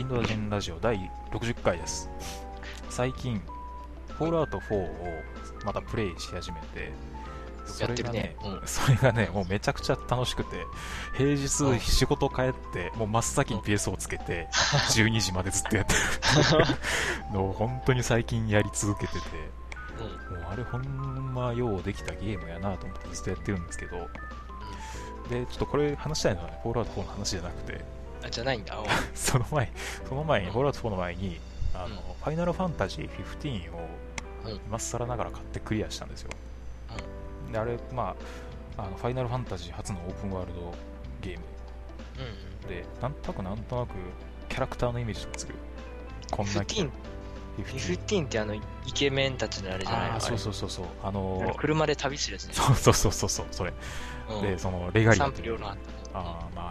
インド人ラジオ第60回です。最近フォールアウト4をまたプレイし始めて、それがね、もうめちゃくちゃ楽しくて、平日仕事帰ってもう真っ先に PS をつけて12時までずっとやってるのを本当に最近やり続けてて、もうあれほんまようできたゲームやなと思ってずっとやってるんですけど、でちょっとこれ話したいのはね、フォールアウト4の話じゃなくて、 じゃないんだ。 その前にフォールアウト4の前にファイナルファンタジー15を今更ながら買ってクリアしたんですよ。であれ、ファイナルファンタジー初のオープンワールドゲームで、なんとなくキャラクターのイメージがつく。こんな 15ってイケメンたちのあれじゃないの？ そう、 車で旅するやつね。 そう、それ、でそのレガリア賛否両論あった。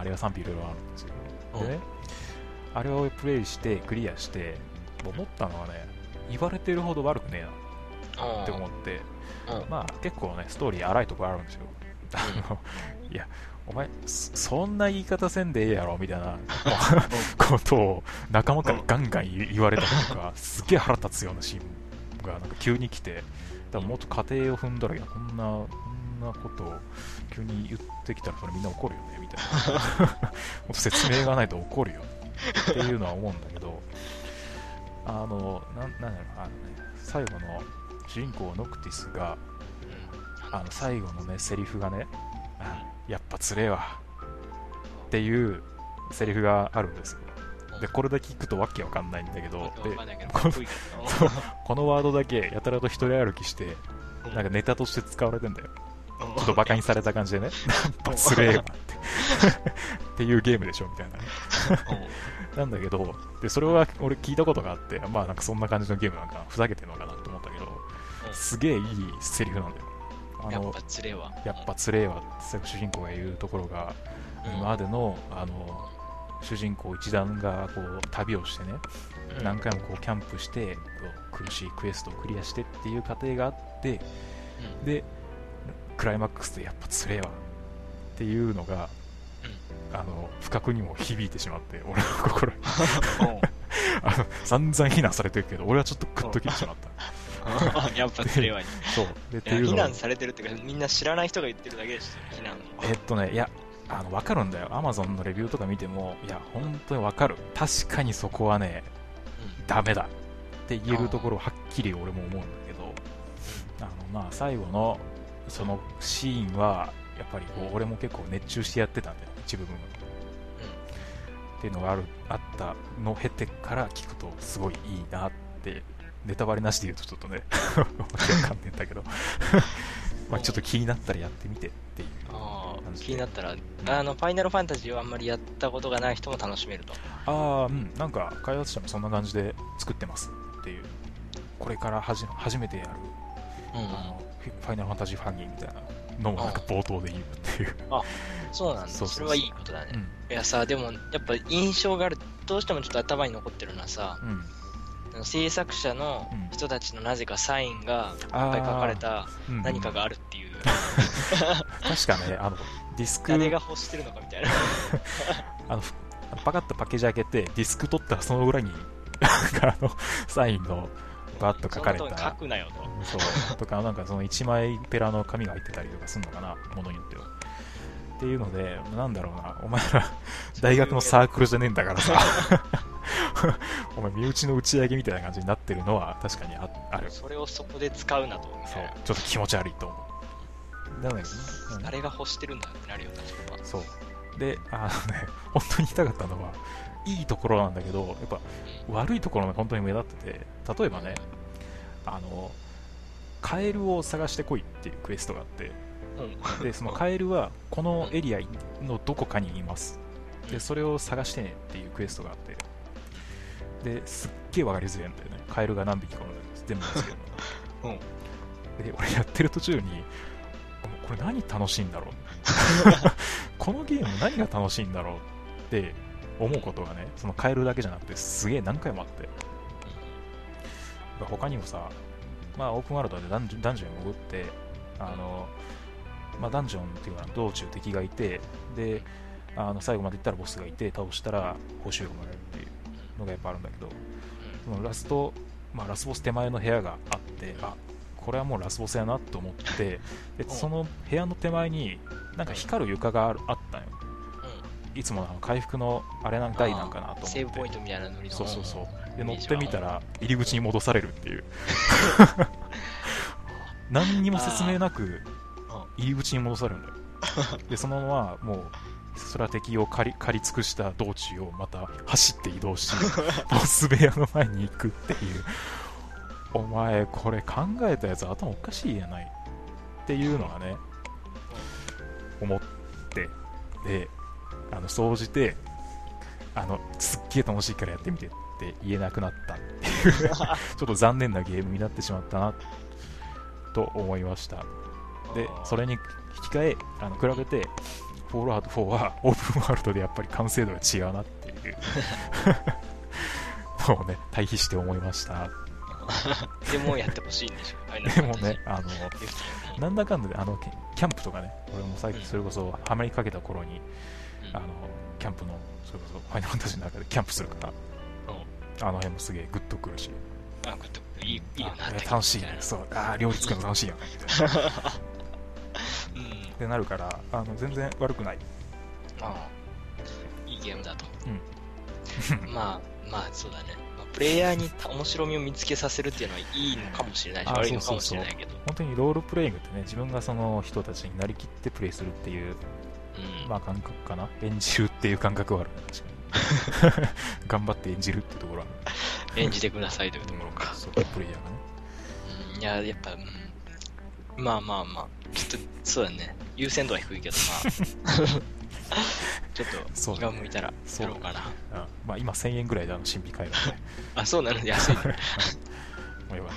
あれは賛否両論あるんですけど、でね、あれをプレイしてクリアして思ったのはね、言われてるほど悪くねえなって思って、結構ねストーリー荒いところあるんですよ。いやお前そんな言い方せんでええやろみたいなことを仲間からガンガン言われたりとか、すげえ腹立つようなシーンがなんか急に来て、だからもっと家庭を踏んだら、いやこんなことを急に言ってきたらそれみんな怒るよねみたいなもっと説明がないと怒るよっていうのは思うんだけど、なんだろう、最後の主人公ノクティスが最後のねセリフがね、やっぱつれえわっていうセリフがあるんですよ。でこれだけ聞くとわけわかんないんだけど、でこのワードだけやたらと一人歩きしてなんかネタとして使われてんだよ。ちょっとバカにされた感じでね、やっぱつれえわってっていうゲームでしょみたいななんだけど、でそれは俺聞いたことがあって、なんかそんな感じのゲームなんかふざけてるのかなと思ったけど、すげえいいセリフなんだよ。 やっぱつれえわって主人公が言うところが、今までの主人公一団がこう旅をしてね、何回もこうキャンプしてこう苦しいクエストをクリアしてっていう過程があって、でクライマックスでやっぱつれえわっていうのが、不覚にも響いてしまって、俺の心に散々非難されてるけど、俺はちょっとグッときてしまったやっぱつれえわに。 そうでっていうの非難されてるっていうか、みんな知らない人が言ってるだけでしょ、非難の。 いや分かるんだよ。 Amazon のレビューとか見ても、いや本当に分かる、確かにそこはね、ダメだって言えるところをはっきり俺も思うんだけど、最後のそのシーンはやっぱりこう俺も結構熱中してやってたんだよ、一部分っていうのがあったのを経てから聞くとすごいいいなって、ネタバレなしで言うとちょっとねわかんねえんだけどちょっと気になったらやってみてっていう感じで。 気になったら、ファイナルファンタジーをあんまりやったことがない人も楽しめると。 なんか開発者もそんな感じで作ってますっていう、これから初めてやる、ファイナルファンタジーファンにみたいなのもなんか冒頭で言うっていう。 そうなんだ。それはいいことだね。いやさ、でもやっぱ印象がある、どうしてもちょっと頭に残ってるのはさ、制作者の人たちのなぜかサインがいっぱい書かれた何かがあるっていう、 確かね、ディスク誰が欲してるのかみたいなパカッとパッケージ開けてディスク取ったら、その裏にサインのバッと書かれた、 そんなとこに書くなよとそうとか、なんかその1枚ペラの紙が入ってたりとかするのかな、ものによってはっていうので、なんだろうな、お前ら大学のサークルじゃねえんだからさお前身内の打ち上げみたいな感じになってるのは確かにある。 それをそこで使うなと。 そう、ちょっと気持ち悪いと思う。だね、 誰が欲してるんだってなるよ、確かに。 そうで、本当に言いたかったのは、いいところなんだけど、やっぱ悪いところが本当に目立ってて、例えばね、カエルを探してこいっていうクエストがあって、でそのカエルはこのエリアのどこかにいます、でそれを探してねっていうクエストがあって、ですっげえ分かりづらいんだよね、カエルが何匹かの全部ですけどで俺やってる途中に、これ何楽しいんだろうこのゲーム何が楽しいんだろうって思うことがね、そのカエルだけじゃなくてすげえ何回もあって、他にもさ、オープンワールドでダンジョンに潜って、ダンジョンっていうのは道中敵がいて、で最後まで行ったらボスがいて、倒したら報酬がもらえるっていうのがやっぱあるんだけど、そのラスボス手前の部屋があって、これはもうラスボスやなと思って、でその部屋の手前になんか光る床があったんよ。いつも回復のあれ台なんかなと思って、 セーブポイントみたいなノリの。 そうで乗ってみたら入り口に戻されるっていう何にも説明なく入り口に戻されるんだよ。でそのままもうそれは敵を狩り尽くした道中をまた走って移動しボス部屋の前に行くっていう、お前これ考えたやつ頭おかしいやないっていうのがね思って、で総じてすっげえ楽しいからやってみてって言えなくなったっていうちょっと残念なゲームになってしまったなと思いました。でそれに引き換え比べてフォールアウト4はオープンワールドでやっぱり完成度が違うなっていうのをね対比して思いました。 でもやってほしいんでしょ。 でもねなんだかんだでキャンプとかね、俺も最近それこそハマりかけた頃に、キャンプのそれこそファイナルファンタジーの中でキャンプするから、あの辺もすげえグッとくるし、 グッとくる、いいよなって楽しいね、そう料理作るの楽しいよねみたいなってなるから全然悪くない。 いいゲームだと。まあそうだね。プレイヤーに面白みを見つけさせるっていうのはいいのかもしれないし、悪いのかもしれないけど、 本当にロールプレイングってね、自分がその人たちになりきってプレイするっていう、感覚かな、演じるっていう感覚はあるね、確かに頑張って演じるっていうところは演じてくださいというところか。 そうプレイヤーがね。 いややっぱ、まあちょっとそうだね、優先度は低いけどちょっと気が向いたらやろうかな。 今1000円ぐらいで新品買えるのでそうなので安いね。もうよかった。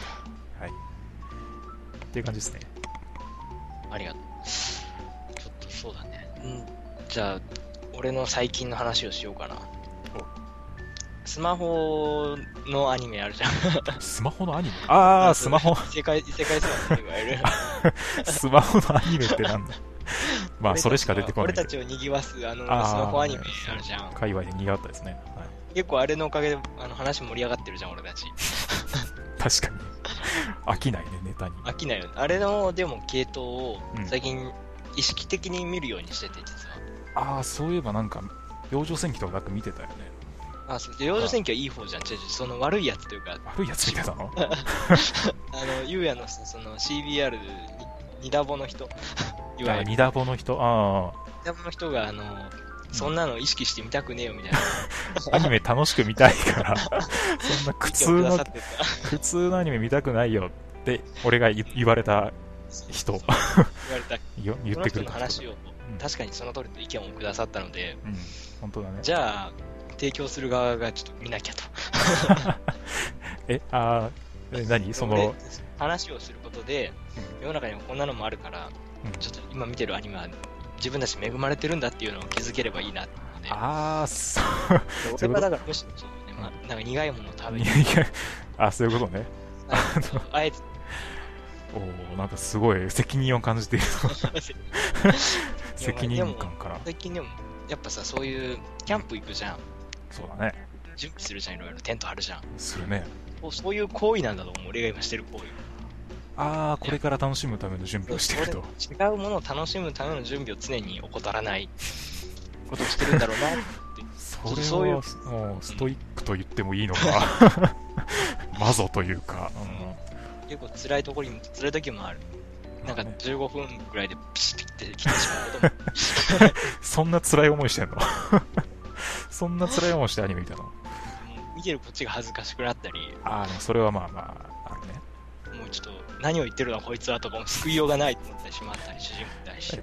っていう感じですね。 ありがとう。ちょっとそうだね。じゃあ俺の最近の話をしようかな。スマホのアニメあるじゃん。 スマホのアニメ？スマホ。 異世界スマホって言われる。 スマホのアニメってなんだ？それしか出てこない。 俺たちを賑わすスマホアニメあるじゃん。 界隈で賑わったですね。 結構あれのおかげで話盛り上がってるじゃん、俺たち。 確かに。飽きないね、ネタに。 飽きないよね。あれのでも系統を最近意識的に見るようにしてて、実は。そういえばなんか幼女戦記とか見てたよね。 幼女戦記はいい方じゃん。その悪いやつというか。 悪いやつ見てたの？ ゆうやのその CBR ニダボの人。 ニダボの人。 ニダボの人がそんなの意識して見たくねえよみたいな。 アニメ楽しく見たいからそんな苦痛のアニメ見たくないよって俺が言われた人。言ってくれた人。その人の話を確かにその通りの意見をくださったので、 本当だね。 じゃあ提供する側がちょっと見なきゃと。 何その話をすることで、世の中にもこんなのもあるから、ちょっと今見てるアニメは自分たち恵まれてるんだっていうのを気づければいいなって。俺はだからむしろそうね、なんか苦いものを食べる。 そういうことね。 あえて。 なんかすごい責任を感じている。責任感から。 最近でもやっぱさ、そういうキャンプ行くじゃん。 そうだね。 準備するじゃん、いろいろテント張るじゃん。 するね。 そういう行為なんだと思う、俺が今してる行為。 これから楽しむための準備をしてると。 違うものを楽しむための準備を常に怠らないことをしてるんだろうなって。 それはストイックと言ってもいいのか。マゾというか。 結構辛い時もある。なんか15分ぐらいでピシッて切ってしまうことも。 そんな辛い思いしてんの？そんな辛い思いしてアニメ見たの？ 見てるこっちが恥ずかしくなったり。 それはまあるね。 もうちょっと何を言ってるのこいつはとかも救いようがないと思ってしまったり、主人公に対して。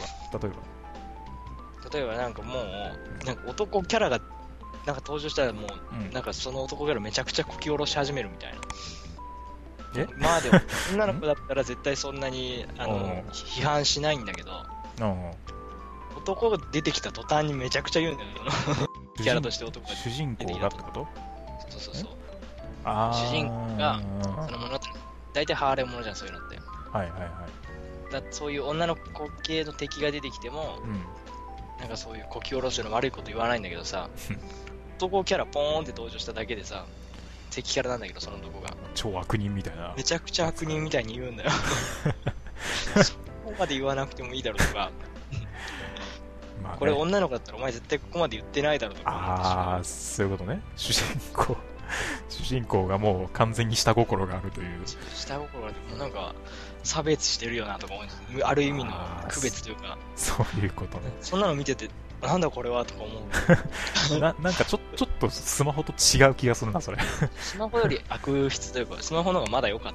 例えばなんかもうなんか男キャラがなんか登場したらもう、なんかその男キャラめちゃくちゃこき下ろし始めるみたいな。でも女の子だったら絶対そんなに批判しないんだけど、男が出てきた途端にめちゃくちゃ言うんだよ。キャラとして男が主人公がってこと？ そう。主人公がそのものって大体ハーレムものじゃん、そういうのって。そういう女の子系の敵が出てきても、なんかそういうこき下ろしの悪いこと言わないんだけどさ、 男キャラポーンって登場しただけでさ、敵キャラなんだけど、その男が超悪人みたいな、 めちゃくちゃ悪人みたいに言うんだよそこまで言わなくてもいいだろうとかまあ、ね、これ女の子だったらお前絶対ここまで言ってないだろうとか。 ああ、そういうことね。主人公がもう完全に下心があるという。 下心がある。もうなんか差別してるよなとか思う。ある意味の区別というか。 そういうことね。 そんなの見ててなんだこれはとか思うなんかちょっとスマホと違う気がするな、それスマホより悪質というか、スマホの方がまだ良かった。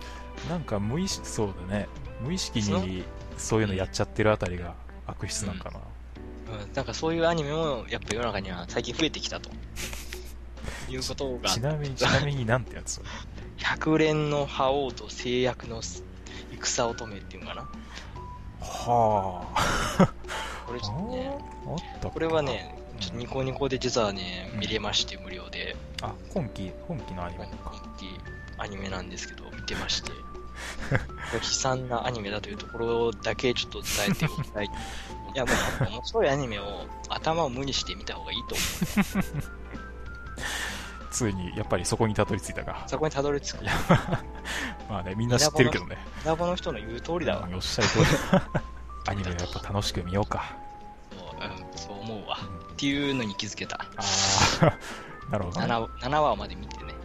なんかそうだね、無意識にそういうのやっちゃってるあたりが悪質なんかな。 なんかそういうアニメもやっぱ世の中には最近増えてきたということが。 ちなみになんてやつ？ 百錬の覇王と制約の戦乙女っていうのかな。 はあこれちょっとね、これはね、ちょっとニコニコで実はね、見れまして、無料で。 あ、本気のアニメか。 本気アニメなんですけど、見てまして悲惨なアニメだというところだけちょっと伝えておきたいいや、もう面白いアニメを頭を無にして見た方がいいと思うついにやっぱりそこにたどり着いたか。 そこにたどり着くまあね、みんな知ってるけどね。 稲葉の人の言う通りだわ。 おっしゃる通りアニメはやっぱ楽しく見ようか。 そう思うわ、っていうのに気づけた。 なるほど、ね、 7話まで見てね。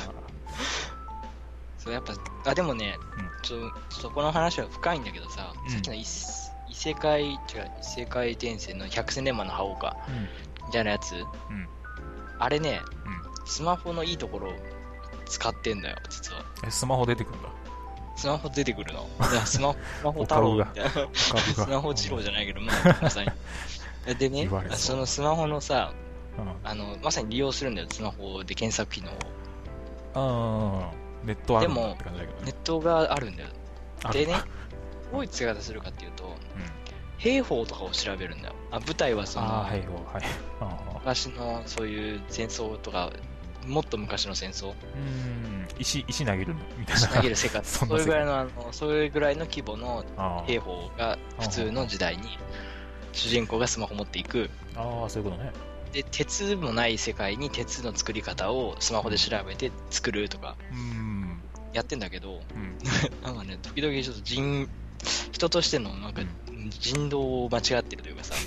そうやっぱでもね、そこの話は深いんだけどさ、さっきの異世界転生の百戦錬磨の覇王か、みたいなやつ、あれね、スマホのいいところを使ってんだよ、実は。 スマホ出てくるんだ。 スマホ出てくるの。スマホ太郎みたいな。スマホ二郎じゃないけど、まさに。でね、そのスマホのさ、まさに利用するんだよ、スマホで検索機能を。 ネットあるんだって感じだけどね。 でも、ネットがあるんだよ。でね、どういう使い方するかっていうと、兵法とかを調べるんだよ。舞台はその、昔のそういう戦争とか、もっと昔の戦争。 石投げるみたいな。 石投げる世界。それぐらいの規模の兵法が普通の時代に、主人公がスマホ持っていく。 そういうことね。 で、鉄もない世界に鉄の作り方をスマホで調べて作るとか、やってんだけど、なんかね、時々ちょっと人としてのなんか人道を間違ってるというかさ、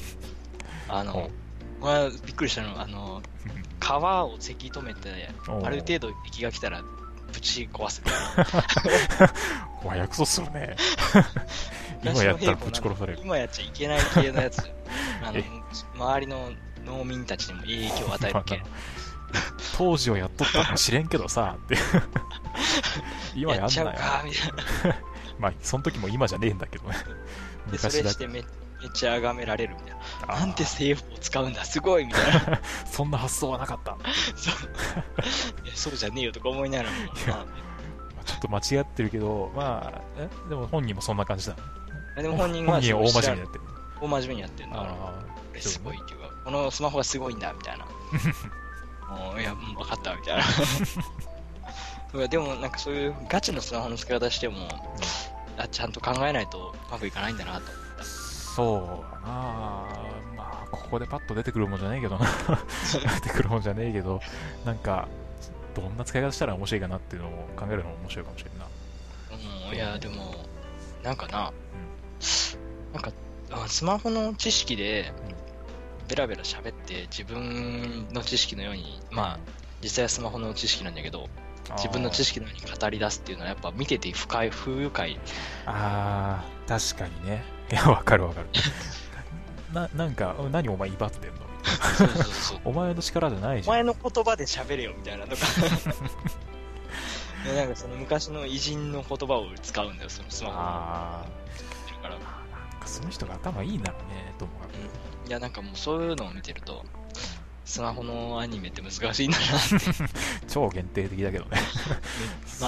びっくりしたの川をせき止めて、ある程度敵が来たらぶち壊すみたいな。 約束するね。今やったらぶち殺される。 今やっちゃいけない系のやつ。周りの農民たちにも影響を与える系。 当時はやっとったかもしれんけどさ、って。今やんなよ。 やっちゃうか、みたいな。 まあ、その時も今じゃねえんだけどね。 で、それしてめっちゃ崇められるみたいな。なんて政府を使うんだ、すごいみたいな。 そんな発想はなかった。 そうじゃねえよとか思いながらも。 ちょっと間違ってるけど、でも本人もそんな感じだ。 でも本人は大真面目にやってる。 大真面目にやってるんだから、すごいっていうか、このスマホがすごいんだみたいな。いや、分かったみたいな。でもなんかそういうガチのスマホの使い方しても、ちゃんと考えないとうまくいかないんだなと思った。 そうだな。まあここでパッと出てくるもんじゃねえけどな。出てくるもんじゃねえけど、なんかどんな使い方したら面白いかなっていうのを考えるのも面白いかもしれんな。 いやでもなんかな、なんかスマホの知識でベラベラ喋って自分の知識のように、実際はスマホの知識なんだけど、自分の知識のように語り出すっていうのはやっぱ見てて不愉快。 確かにね。いや、わかるなんか何お前威張ってんのみたいな。そうお前の力じゃないじゃん。 お前の言葉で喋れよみたいなとか。なんかその昔の偉人の言葉を使うんだよ、そのスマホの。 なんかその人が頭いいんだろうね、と思う。 いや、なんかもうそういうのを見てると、スマホのアニメって難しいんだなって。 超限定的だけどね。 と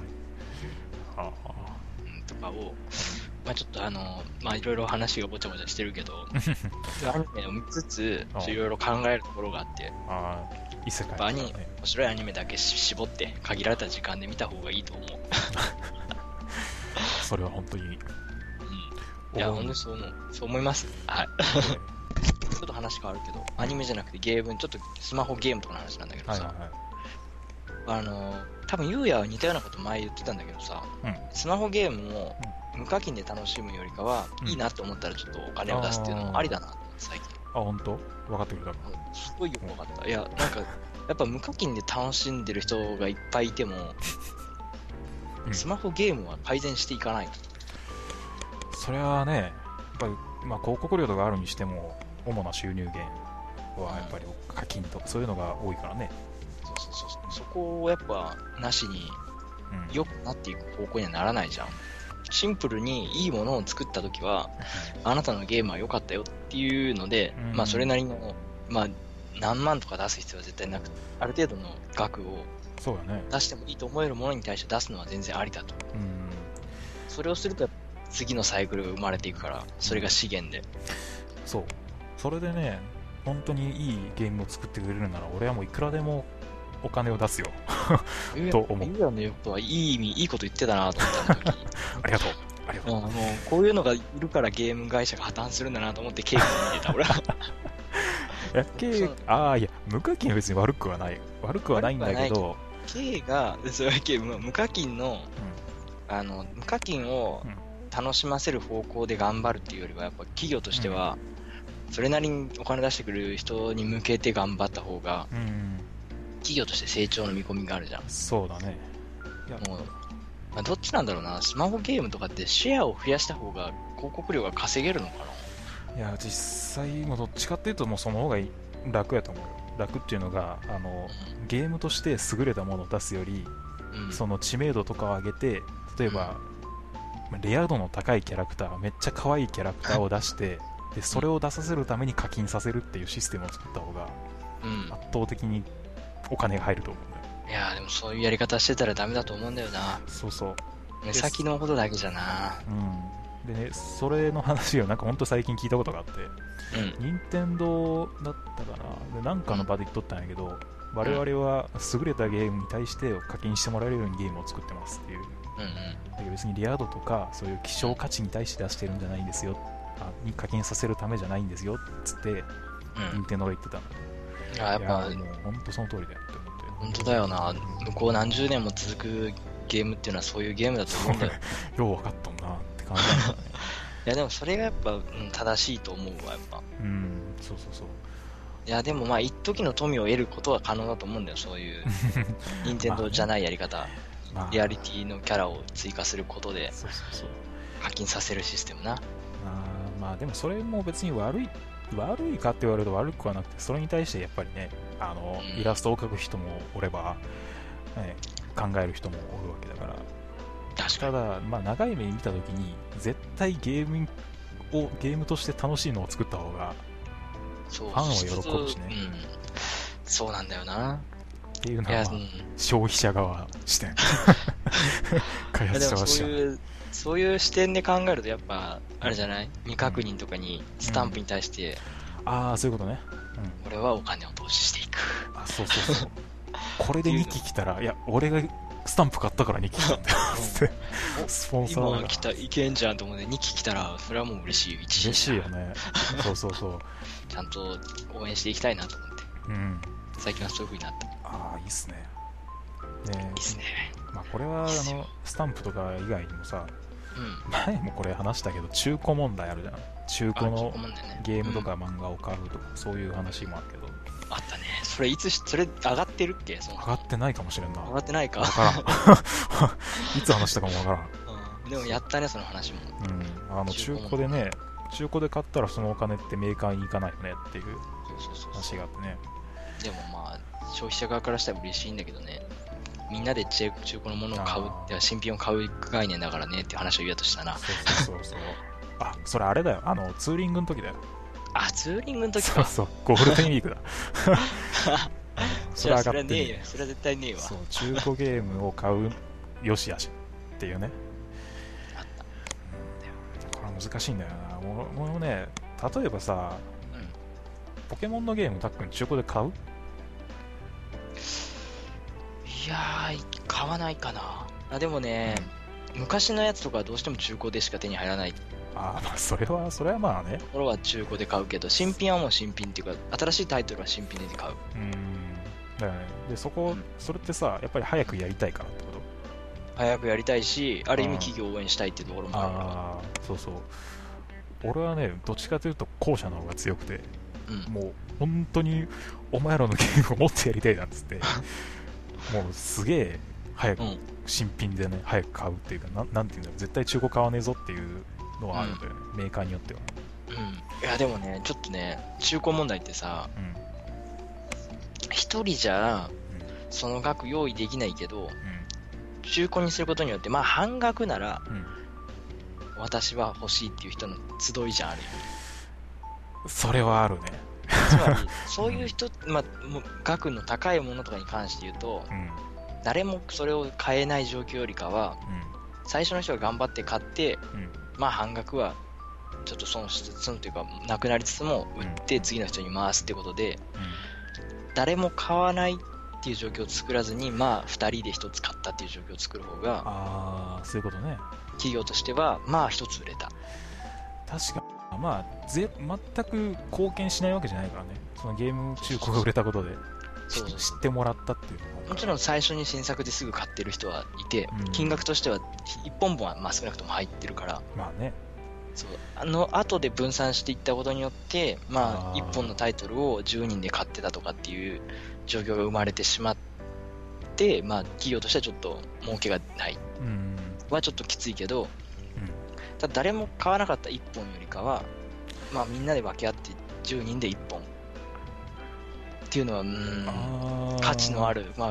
かを、ちょっといろいろ話がぼちゃぼちゃしてるけど、アニメを見つつ、いろいろ考えるところがあって、 異世界、 面白いアニメだけ絞って、限られた時間で見た方がいいと思う。 それは本当に。 いや、本当にそう思います。はい。 ちょっと話変わるけど、アニメじゃなくてゲーム、ちょっとスマホゲームとかの話なんだけどさ、多分ゆうやは似たようなこと前言ってたんだけどさ、スマホゲームを無課金で楽しむよりかは、いいなって思ったらちょっとお金を出すっていうのもありだなって最近。 あ、本当？分かってくれたの？ すごいよく分かった。いや、なんか、やっぱ無課金で楽しんでる人がいっぱいいても、スマホゲームは改善していかない。 それはね、やっぱり、まあ、広告料とかあるにしても、主な収入源はやっぱり課金とかそういうのが多いからね。 そこをやっぱなしに良くなっていく方向にはならないじゃん。シンプルにいいものを作ったときは、あなたのゲームは良かったよっていうので、まあそれなりの、まあ何万とか出す必要は絶対なくて、ある程度の額を出してもいいと思えるものに対して出すのは全然ありだと。それをすると次のサイクルが生まれていくから、それが資源で。 そう。それでね、本当にいいゲームを作ってくれるなら、俺はもういくらでもお金を出すよと思う。 ゆうやの言うことはいい意味、いいこと言ってたなと思った時にありがとう。ありがとう。 もうこういうのがいるからゲーム会社が破綻するんだなと思ってケイ君見てた俺は。 いや、無課金は別に悪くはない。悪くはないんだけど、 K が、それは無課金の、無課金を楽しませる方向で頑張るっていうよりは、やっぱ企業としては、それなりにお金出してくれる人に向けて頑張った方が、企業として成長の見込みがあるじゃん。 そうだね。 いやもう、まあ、どっちなんだろうな。スマホゲームとかってシェアを増やした方が広告料が稼げるのかな。 いや、実際もどっちかっていうともうその方が楽やと思うよ。楽っていうのがゲームとして優れたものを出すより、その知名度とかを上げて、例えば、レア度の高いキャラクター、めっちゃ可愛いキャラクターを出してでそれを出させるために課金させるっていうシステムを作った方が、圧倒的にお金が入ると思うんだよ。 いやでもそういうやり方してたらダメだと思うんだよな。 そうそう、 目先のことだけじゃな。 でね、それの話をなんか本当最近聞いたことがあって、任天堂だったかな、でなんかの場で言っとったんやけど、我々は優れたゲームに対して課金してもらえるようにゲームを作ってますっていう、だけど別にレア度とかそういう希少価値に対して出してるんじゃないんですよ、に課金させるためじゃないんですよっつって、任天堂が言ってたの。 やっぱもう本当その通りだよって思って。 本当だよな、向こう何十年も続くゲームっていうのはそういうゲームだと思うんだよ。 よう分かったんなって感じなんだね。 いやでもそれがやっぱ、正しいと思うわ、やっぱ。 そうそうそう。 いやでもまあ一時の富を得ることは可能だと思うんだよ、そういう任天堂じゃないやり方、リアリティのキャラを追加することで課金させるシステムな。 まあでもそれも別に悪いかって言われると悪くはなくて、それに対してやっぱりね、イラストを描く人もおれば、考える人もおるわけだから。ただ、まあ、長い目に見たときに絶対ゲームとして楽しいのを作った方がファンを喜ぶしね。 そうなんだよなっていうのは、消費者側視点開発者側視点、 そういう視点で考えるとやっぱあれじゃない、未確認とかにスタンプに対して、 そういうことね、 俺はお金を投資していく。 そうそうそうこれで2期来たら、いや俺がスタンプ買ったから2期来たんだよってスポンサーが今来たいけんじゃんと思って2期来たらそれはもう嬉しい。 嬉しいよね。そうそうそうちゃんと応援していきたいなと思って、最近はそういう風になった。 いいっすね。 いいっすね。 まあこれはスタンプとか以外にもさ、前もこれ話したけど中古問題あるじゃん。中古のゲームとか漫画を買うとか、そういう話もあるけど。 あったね。それそれ上がってるっけ？ 上がってないかもしれんな。 上がってないか。 わからん。いつ話したかもわからん。 でもやったね、その話も。 中古でね、中古で買ったらそのお金ってメーカーに行かないよねっていう話があってね。 でもまあ消費者側からしたら嬉しいんだけどね。みんなで中古のものを買うって新品を買う概念だからねっていう話を言おうとしたな。 そうそれあれだよ、ツーリングの時だよ。 ツーリングの時か。 そうゴールデンウィークだ。 それはねえよ。それは絶対ねえわ。 そう中古ゲームを買うよしあしっていうね。 あった。 これ難しいんだよな。もうね、例えばさ、ポケモンのゲームたっくん中古で買う？ いやー、買わないかな。でもね、昔のやつとかはどうしても中古でしか手に入らないああ、それはまあね。 ところは中古で買うけど、新品はもう新品っていうか、新しいタイトルは新品で買う。 だよね。で、それってさ、やっぱり早くやりたいからってこと？ 早くやりたいし、ある意味企業を応援したいっていうところもあるから。 ああ、そうそう。俺はね、どっちかというと後者の方が強くて、もう本当にお前らのゲームをもっとやりたいなっつってもうすげえ早く、新品でね早く買うっていうか、なんていうんだろう、絶対中古買わねえぞっていうのはあるんだよね、メーカーによっては。 いやでもね、ちょっとね、中古問題ってさ、一人じゃその額用意できないけど、中古にすることによって、まあ半額なら、私は欲しいっていう人の集いじゃん、ある意味。 それはあるね。 つまり、そういう人、まあ、額の高いものとかに関して言うと、誰もそれを買えない状況よりかは、最初の人が頑張って買って、まあ半額はちょっと損というかなくなりつつも売って次の人に回すってことで、誰も買わないっていう状況を作らずに、まあ2人で1つ買ったっていう状況を作る方が、 そういうことね。 企業としてはまあ1つ売れた。 確かまあ全く貢献しないわけじゃないからね、そのゲーム中古が売れたことで知ってもらったっていうのは。 もちろん最初に新作ですぐ買ってる人はいて、金額としては1本はまあ少なくとも入ってるから、 まあね、 そう後で分散していったことによって、まあ1本のタイトルを10人で買ってたとかっていう状況が生まれてしまって、まあ企業としてはちょっと儲けがないはちょっときついけど、ただ誰も買わなかった1本よりかは、まあみんなで分け合って10人で1本っていうのは価値のある、ま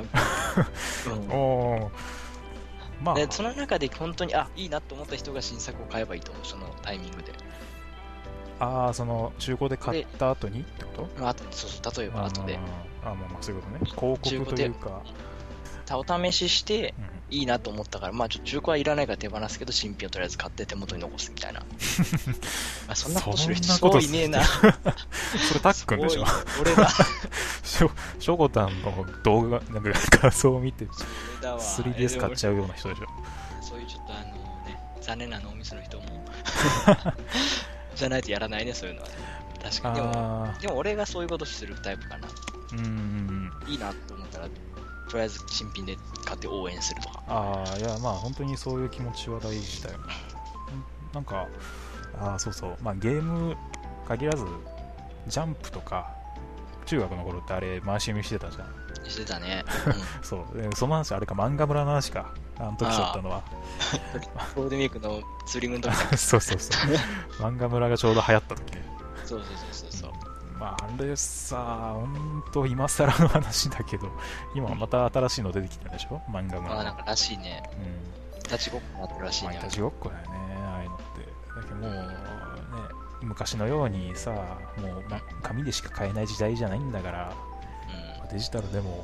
あ、でその中で本当にいいなと思った人が新作を買えばいいと思う、そのタイミングで。 その中古で買った後にってこと？ そう例えば後でまあそういうことね、広告というかお試ししていいなと思ったから、まあちょっと中古はいらないから手放すけど新品をとりあえず買って手元に残すみたいなそんなことする人そういねえなそれタックンでしょ俺だショコタンの動画なんか画像を見て 3DS 買っちゃうような人でしょ。 そういうちょっと残念な脳みその人もじゃないとやらないね、そういうのはね。確かに。でも俺がそういうことするタイプかな。いいなと思ったらとりあえず新品で買って応援するとか。 いやまあ本当にそういう気持ちは大事だよね。なんかそうそう、まあゲーム限らずジャンプとか中学の頃ってあれ回し読みしてたじゃん。 してたね。 そうその話あれか、漫画村の話か、あの時だったのはゴールデンウィークのツーリングの時だそう漫画村がちょうど流行った時ね。 そうまああれさ、本当今更の話だけど、今また新しいの出てきたでしょ、漫画村。 なんからしいね。いたちごっこになってるらしいね。 いたちごっこだよね、ああいうのって。だけどもうね、昔のようにさ、もう紙でしか買えない時代じゃないんだから、デジタルでも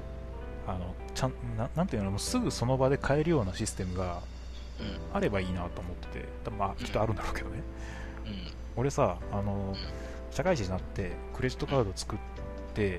なんていうの、もうすぐその場で買えるようなシステムがあればいいなと思ってて、まあきっとあるんだろうけどね。俺さ、社会人になってクレジットカード作って、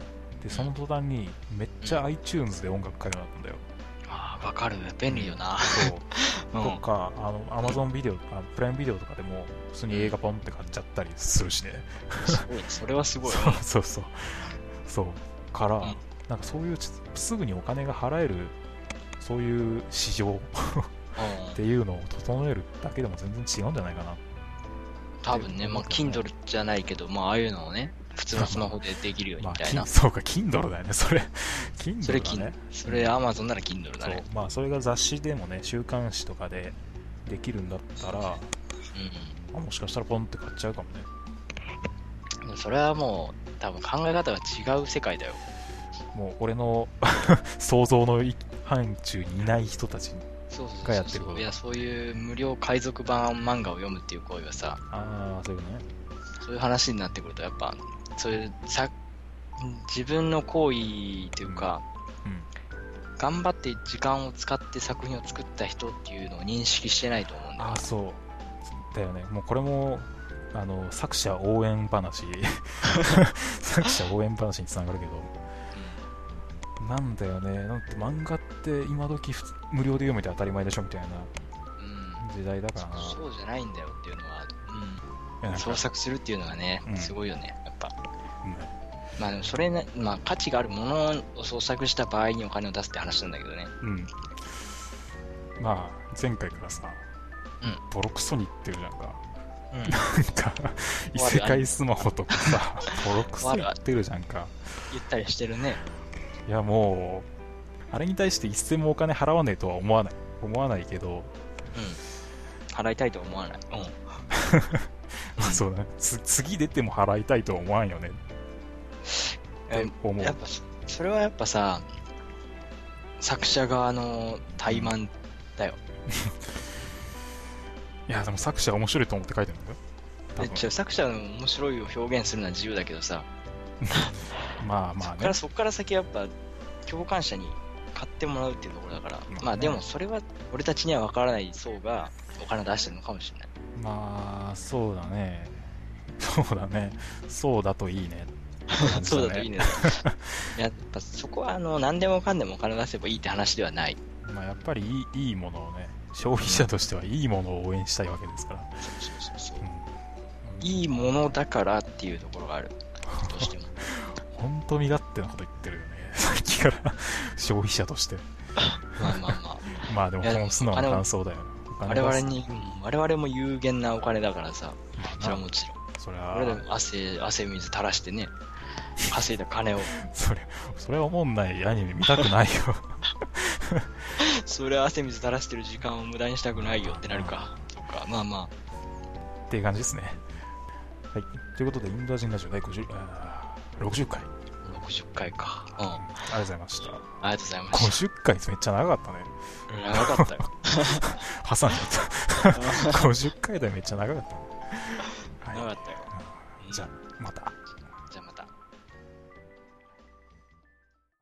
でその途端にめっちゃ iTunes で音楽買えるようになったんだよ。 わかる、便利よな。 そうとかAmazon ビデオとかプライムビデオとかでも普通に映画ポンって買っちゃったりするしね。 すごい、それはすごい。 そうから、なんかそういうすぐにお金が払えるそういう市場っていうのを整えるだけでも全然違うんじゃないかな。 多分ね、まあ Kindle じゃないけど、まあああいうのをね、普通のスマホでできるようにみたいな。 そうか、Kindle だよね、それ。Kindle だね。 それ Amazon なら Kindle だね。 まあそれが雑誌でもね、週刊誌とかでできるんだったら、もしかしたらポンって買っちゃうかもね。 それはもう多分考え方が違う世界だよ。 もう俺の想像の範疇にいない人たちがやってること。 いや、そういう無料海賊版漫画を読むっていう行為はさ、 そういうことね。 そういう話になってくるとやっぱそういう自分の行為というか、頑張って時間を使って作品を作った人っていうのを認識してないと思うんだよ。 そうだよね。もうこれも作者応援話作者応援話につながるけど、なんだよね、なんて漫画って今時無料で読めて当たり前でしょみたいな、 時代だからな。 そうじゃないんだよっていうのは、創作するっていうのはね、すごいよね、やっぱ。まあでもそれね、まあ価値があるものを創作した場合にお金を出すって話なんだけどね。 まあ前回からさ、ボロクソに言ってるじゃんか。なんか異世界スマホとかさ、ボロクソ言ってるじゃんか。 言ったりしてるね。 いやもうあれに対して一銭もお金払わねえとは思わないけど、 払いたいとは思わない。 そうだね。次出ても払いたいとは思わんよね。 やっぱそれはやっぱさ、作者側の怠慢だよ。 いやでも作者は面白いと思って書いてるんだよ。 作者の面白いを表現するのは自由だけどさ。 まあまあね。 そこから先やっぱ共感者に買ってもらうっていうところだから、まあでもそれは俺たちには分からない層がお金を出してるのかもしれない。 まあそうだね。そうだといいね。 そうだといいね。やっぱそこは何でもかんでもお金出せばいいって話ではない。 まあやっぱりいいものをね、消費者としてはいいものを応援したいわけですから。 そう。いいものだからっていうところがある。どうしても。 本当身勝手なこと言ってるよね。さっきから消費者として。まあでもこの素直な感想だよ。 我々も有限なお金だからさ。それはもちろん。俺でも汗水垂らしてね、稼いだ金を。 それは思んないアニメ見たくないよ。 それは汗水垂らしてる時間を無駄にしたくないよってなるか。そっか、まあ。 っていう感じですね。はい。ということで、インドア人ラジオ第60回。 60回か。 ありがとうございました。 ありがとうございました。 50回めっちゃ長かったね。 長かったよ。 挟んじゃった。50回でめっちゃ長かったね。 長かったよ。 じゃあ、また。